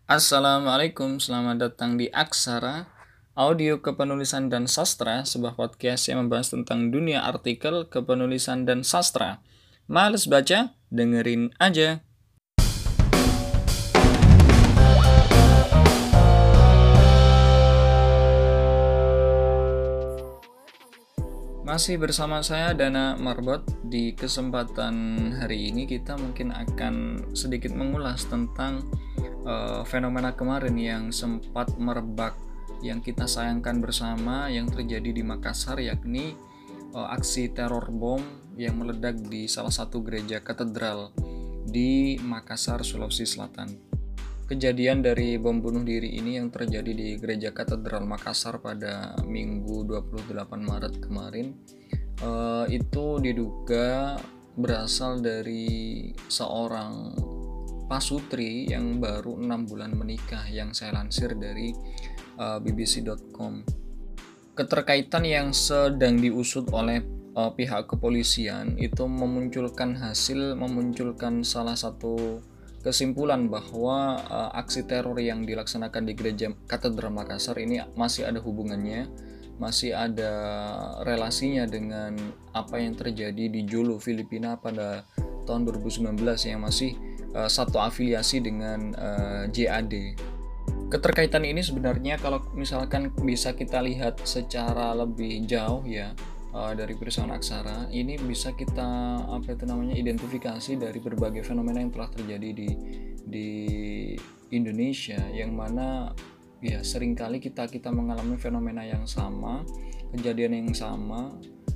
Assalamualaikum, selamat datang di Aksara, audio kepenulisan dan sastra, sebuah podcast yang membahas tentang dunia artikel, kepenulisan, dan sastra. Males baca? Dengerin aja. Masih bersama saya Dana Marbot. Di kesempatan hari ini kita mungkin akan sedikit mengulas tentang fenomena kemarin yang sempat merebak, yang kita sayangkan bersama, yang terjadi di Makassar, yakni aksi teror bom yang meledak di salah satu gereja katedral di Makassar, Sulawesi Selatan. Kejadian dari bom bunuh diri ini yang terjadi di Gereja Katedral Makassar pada Minggu 28 Maret kemarin itu diduga berasal dari seorang pasutri yang baru 6 bulan menikah, yang saya lansir dari bbc.com. Keterkaitan yang sedang diusut oleh pihak kepolisian itu memunculkan salah satu kesimpulan bahwa aksi teror yang dilaksanakan di Gereja Katedral Makassar ini masih ada hubungannya, masih ada relasinya dengan apa yang terjadi di Jolo, Filipina pada tahun 2019 yang masih satu afiliasi dengan JAD. Keterkaitan ini sebenarnya kalau misalkan bisa kita lihat secara lebih jauh ya, dari Pirsawan Aksara ini bisa kita identifikasi dari berbagai fenomena yang telah terjadi di Indonesia, yang mana ya seringkali kita mengalami fenomena yang sama, kejadian yang sama,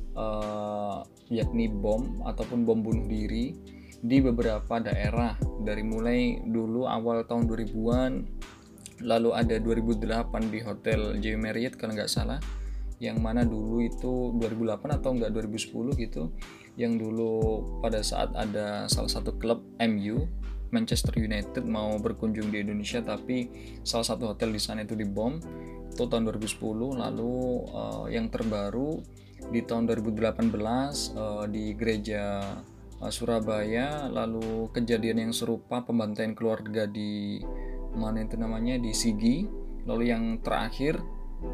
yakni bom ataupun bom bunuh diri di beberapa daerah, dari mulai dulu awal tahun 2000-an, lalu ada 2008 di Hotel J Marriott kalau nggak salah, yang mana dulu itu 2008 atau enggak 2010 gitu, yang dulu pada saat ada salah satu klub MU, Manchester United, mau berkunjung di Indonesia, tapi salah satu hotel di sana itu dibom, itu tahun 2010. Lalu yang terbaru di tahun 2018 di gereja Surabaya, lalu kejadian yang serupa pembantaian keluarga di di Sigi. Lalu yang terakhir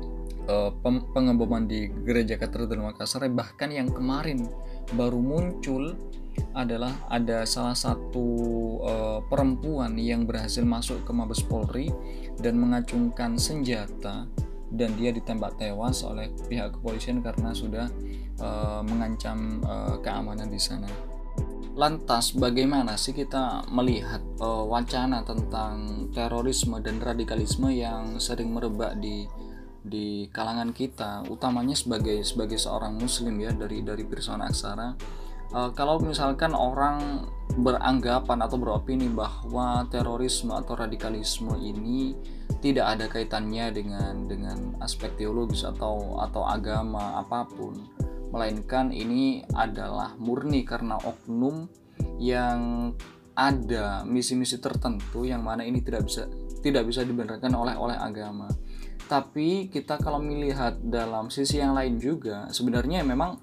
pengeboman di Gereja Katedral Makassar. Bahkan yang kemarin baru muncul adalah ada salah satu perempuan yang berhasil masuk ke Mabes Polri dan mengacungkan senjata, dan dia ditembak tewas oleh pihak kepolisian karena sudah mengancam keamanan di sana. Lantas bagaimana sih kita melihat wacana tentang terorisme dan radikalisme yang sering merebak di kalangan kita, utamanya sebagai seorang muslim ya, dari Pirsawan Aksara. Kalau misalkan orang beranggapan atau beropini bahwa terorisme atau radikalisme ini tidak ada kaitannya dengan aspek teologis atau agama apapun, melainkan ini adalah murni karena oknum yang ada misi-misi tertentu, yang mana ini tidak bisa dibenarkan oleh agama. Tapi kita kalau melihat dalam sisi yang lain juga, sebenarnya memang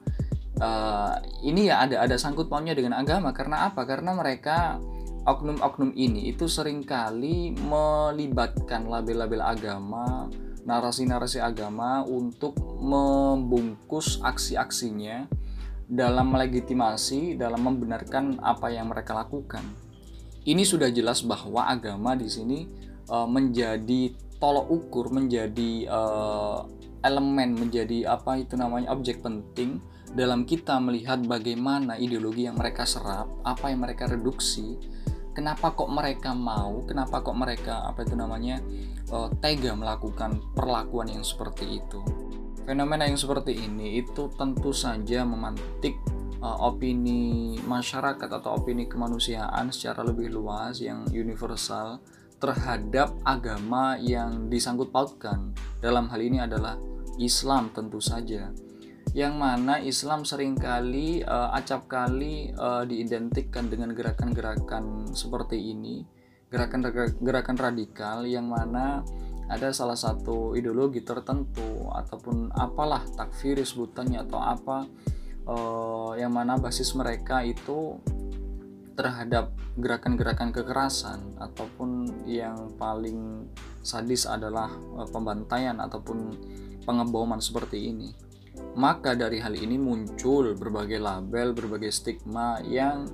ini ya ada sangkut pautnya dengan agama. Karena apa? Karena mereka, oknum-oknum ini itu seringkali melibatkan label-label agama, narasi-narasi agama untuk membungkus aksi-aksinya dalam melegitimasi, dalam membenarkan apa yang mereka lakukan. Ini sudah jelas bahwa agama di sini menjadi tolok ukur, menjadi elemen, menjadi objek penting dalam kita melihat bagaimana ideologi yang mereka serap, apa yang mereka reduksi, kenapa kok mereka tega melakukan perlakuan yang seperti itu. Fenomena yang seperti ini itu tentu saja memantik opini masyarakat atau opini kemanusiaan secara lebih luas yang universal terhadap agama yang disangkut pautkan. Dalam hal ini adalah Islam tentu saja, yang mana Islam seringkali acap kali diidentikan dengan gerakan-gerakan seperti ini, gerakan radikal, yang mana ada salah satu ideologi tertentu ataupun apalah takfiri sebutannya atau apa, yang mana basis mereka itu terhadap gerakan-gerakan kekerasan, ataupun yang paling sadis adalah pembantaian ataupun pengeboman seperti ini. Maka dari hal ini muncul berbagai label, berbagai stigma yang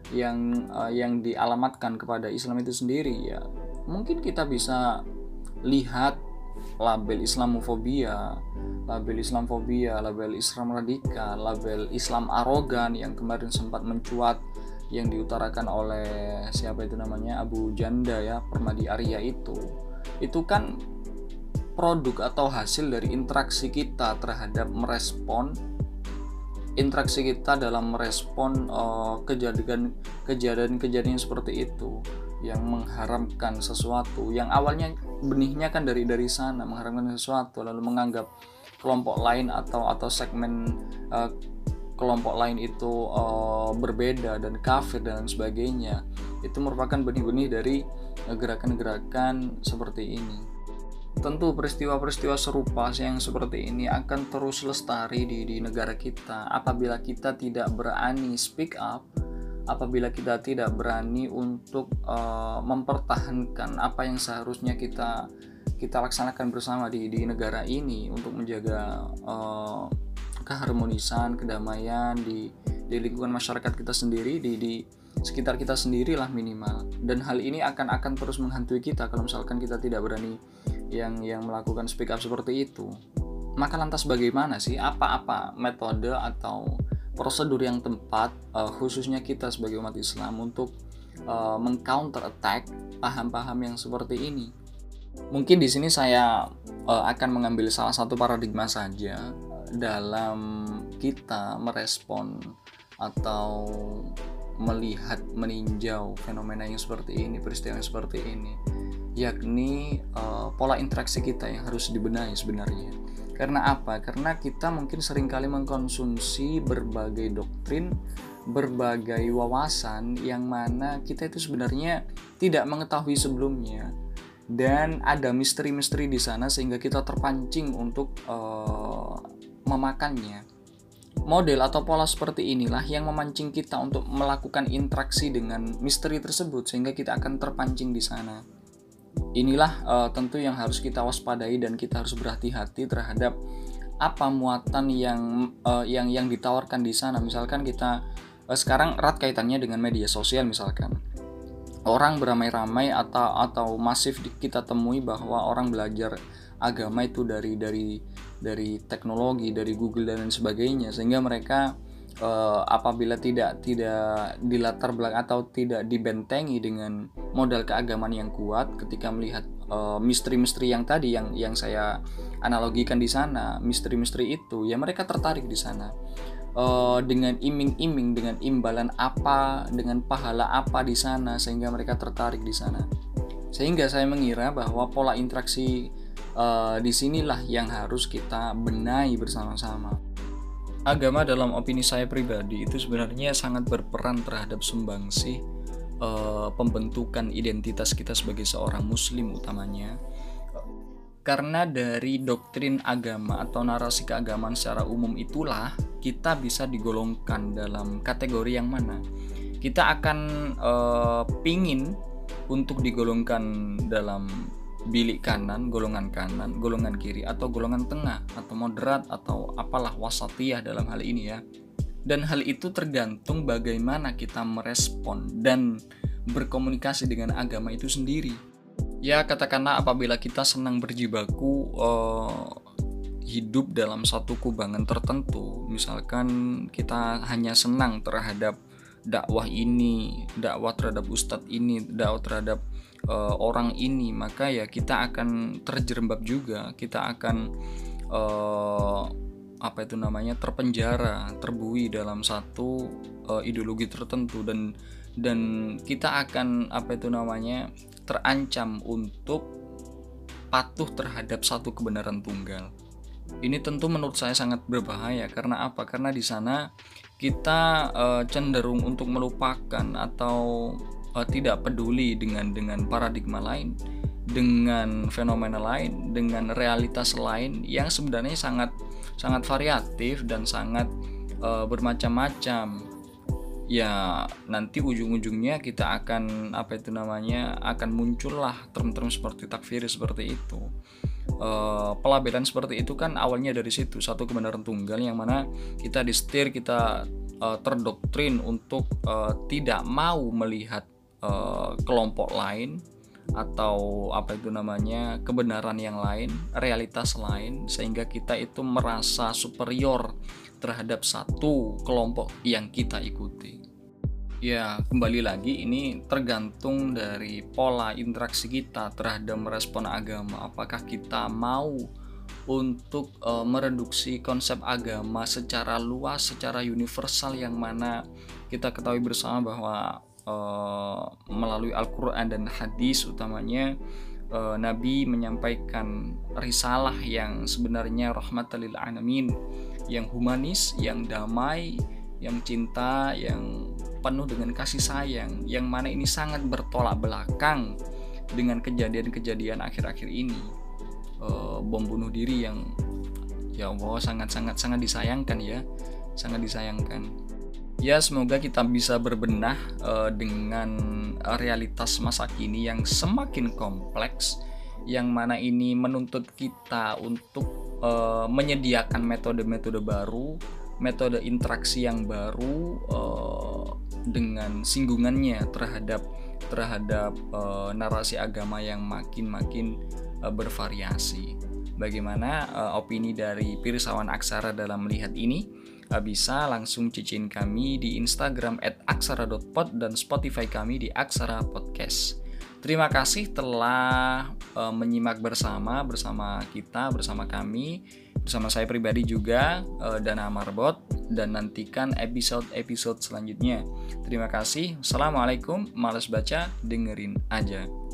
dialamatkan kepada Islam itu sendiri. Ya, mungkin kita bisa lihat label Islamofobia, label Islam radikal, label Islam arogan yang kemarin sempat mencuat, yang diutarakan oleh siapa itu namanya, Abu Janda ya, Permadi Arya. Itu kan produk atau hasil dari interaksi kita terhadap interaksi kita dalam merespon kejadian-kejadian seperti itu, yang mengharamkan sesuatu yang awalnya benihnya kan dari sana, mengharamkan sesuatu lalu menganggap kelompok lain atau segmen kelompok lain itu berbeda dan kafir dan sebagainya. Itu merupakan benih-benih dari gerakan-gerakan seperti ini. Tentu peristiwa-peristiwa serupa yang seperti ini akan terus lestari di negara kita apabila kita tidak berani speak up, apabila kita tidak berani untuk mempertahankan apa yang seharusnya kita laksanakan bersama di negara ini untuk menjaga keharmonisan, kedamaian di lingkungan masyarakat kita sendiri, di sekitar kita sendirilah minimal. Dan hal ini akan terus menghantui kita kalau misalkan kita tidak berani yang melakukan speak up seperti itu. Maka lantas bagaimana sih, apa metode atau prosedur yang tepat khususnya kita sebagai umat Islam untuk meng-counter attack paham-paham yang seperti ini? Mungkin di sini saya akan mengambil salah satu paradigma saja dalam kita merespon atau melihat, meninjau fenomena yang seperti ini, peristiwa yang seperti ini, yakni pola interaksi kita yang harus dibenahi sebenarnya. Karena apa? Karena kita mungkin seringkali mengkonsumsi berbagai doktrin, berbagai wawasan yang mana kita itu sebenarnya tidak mengetahui sebelumnya, dan ada misteri-misteri di sana sehingga kita terpancing untuk memakannya. Model atau pola seperti inilah yang memancing kita untuk melakukan interaksi dengan misteri tersebut sehingga kita akan terpancing di sana. Inilah tentu yang harus kita waspadai dan kita harus berhati-hati terhadap apa muatan yang ditawarkan di sana. Misalkan kita sekarang erat kaitannya dengan media sosial, misalkan orang beramai-ramai atau masif kita temui bahwa orang belajar agama itu dari teknologi, dari Google dan lain sebagainya, sehingga mereka apabila tidak dilatar belakang atau tidak dibentengi dengan modal keagamaan yang kuat, ketika melihat misteri-misteri yang tadi yang saya analogikan di sana, misteri-misteri itu, ya mereka tertarik di sana dengan iming-iming, dengan imbalan apa, dengan pahala apa di sana, sehingga mereka tertarik di sana. Sehingga saya mengira bahwa pola interaksi disinilah yang harus kita benahi bersama-sama. Agama dalam opini saya pribadi itu sebenarnya sangat berperan terhadap sumbangsih pembentukan identitas kita sebagai seorang muslim utamanya. Karena dari doktrin agama atau narasi keagamaan secara umum itulah kita bisa digolongkan dalam kategori yang mana. Kita akan pingin untuk digolongkan dalam bilik kanan, golongan kiri, atau golongan tengah, atau moderat, atau apalah, wasatiyah dalam hal ini ya. Dan hal itu tergantung bagaimana kita merespon dan berkomunikasi dengan agama itu sendiri. Ya, katakanlah apabila kita senang berjibaku hidup dalam satu kubangan tertentu, misalkan kita hanya senang terhadap dakwah ini, dakwah terhadap ustadz ini, dakwah terhadap orang ini, maka ya kita akan terjerembab juga, kita akan terpenjara, terbuai dalam satu ideologi tertentu, dan kita akan terancam untuk patuh terhadap satu kebenaran tunggal. Ini tentu menurut saya sangat berbahaya. Karena apa? Karena di sana kita cenderung untuk melupakan atau tidak peduli dengan paradigma lain, dengan fenomena lain, dengan realitas lain yang sebenarnya sangat variatif dan sangat bermacam-macam. ya nanti ujung-ujungnya kita akan akan muncullah term-term seperti takfiri seperti itu. Pelabelan seperti itu kan awalnya dari situ, satu kebenaran tunggal yang mana kita disetir, kita terdoktrin untuk tidak mau melihat kelompok lain atau kebenaran yang lain, realitas lain, sehingga kita itu merasa superior terhadap satu kelompok yang kita ikuti. Ya, kembali lagi ini tergantung dari pola interaksi kita terhadap merespon agama. Apakah kita mau untuk mereduksi konsep agama secara luas, secara universal, yang mana kita ketahui bersama bahwa melalui Al-Quran dan hadis utamanya Nabi menyampaikan risalah yang sebenarnya rahmatan lil alamin, yang humanis, yang damai, yang cinta, yang penuh dengan kasih sayang, yang mana ini sangat bertolak belakang dengan kejadian-kejadian akhir-akhir ini. Bom bunuh diri yang ya Allah sangat disayangkan ya, sangat disayangkan. Ya, semoga kita bisa berbenah dengan realitas masa kini yang semakin kompleks, yang mana ini menuntut kita untuk menyediakan metode-metode baru, metode interaksi yang baru dengan singgungannya terhadap narasi agama yang makin bervariasi. Bagaimana opini dari Pirsawan Aksara dalam melihat ini? Bisa langsung cicin kami di Instagram @aksara.pod dan Spotify kami di Aksara Podcast. Terima kasih telah menyimak bersama kita, bersama kami, bersama saya pribadi juga, Dana Marbot, dan nantikan episode selanjutnya. Terima kasih. Assalamualaikum. Malas baca, dengerin aja.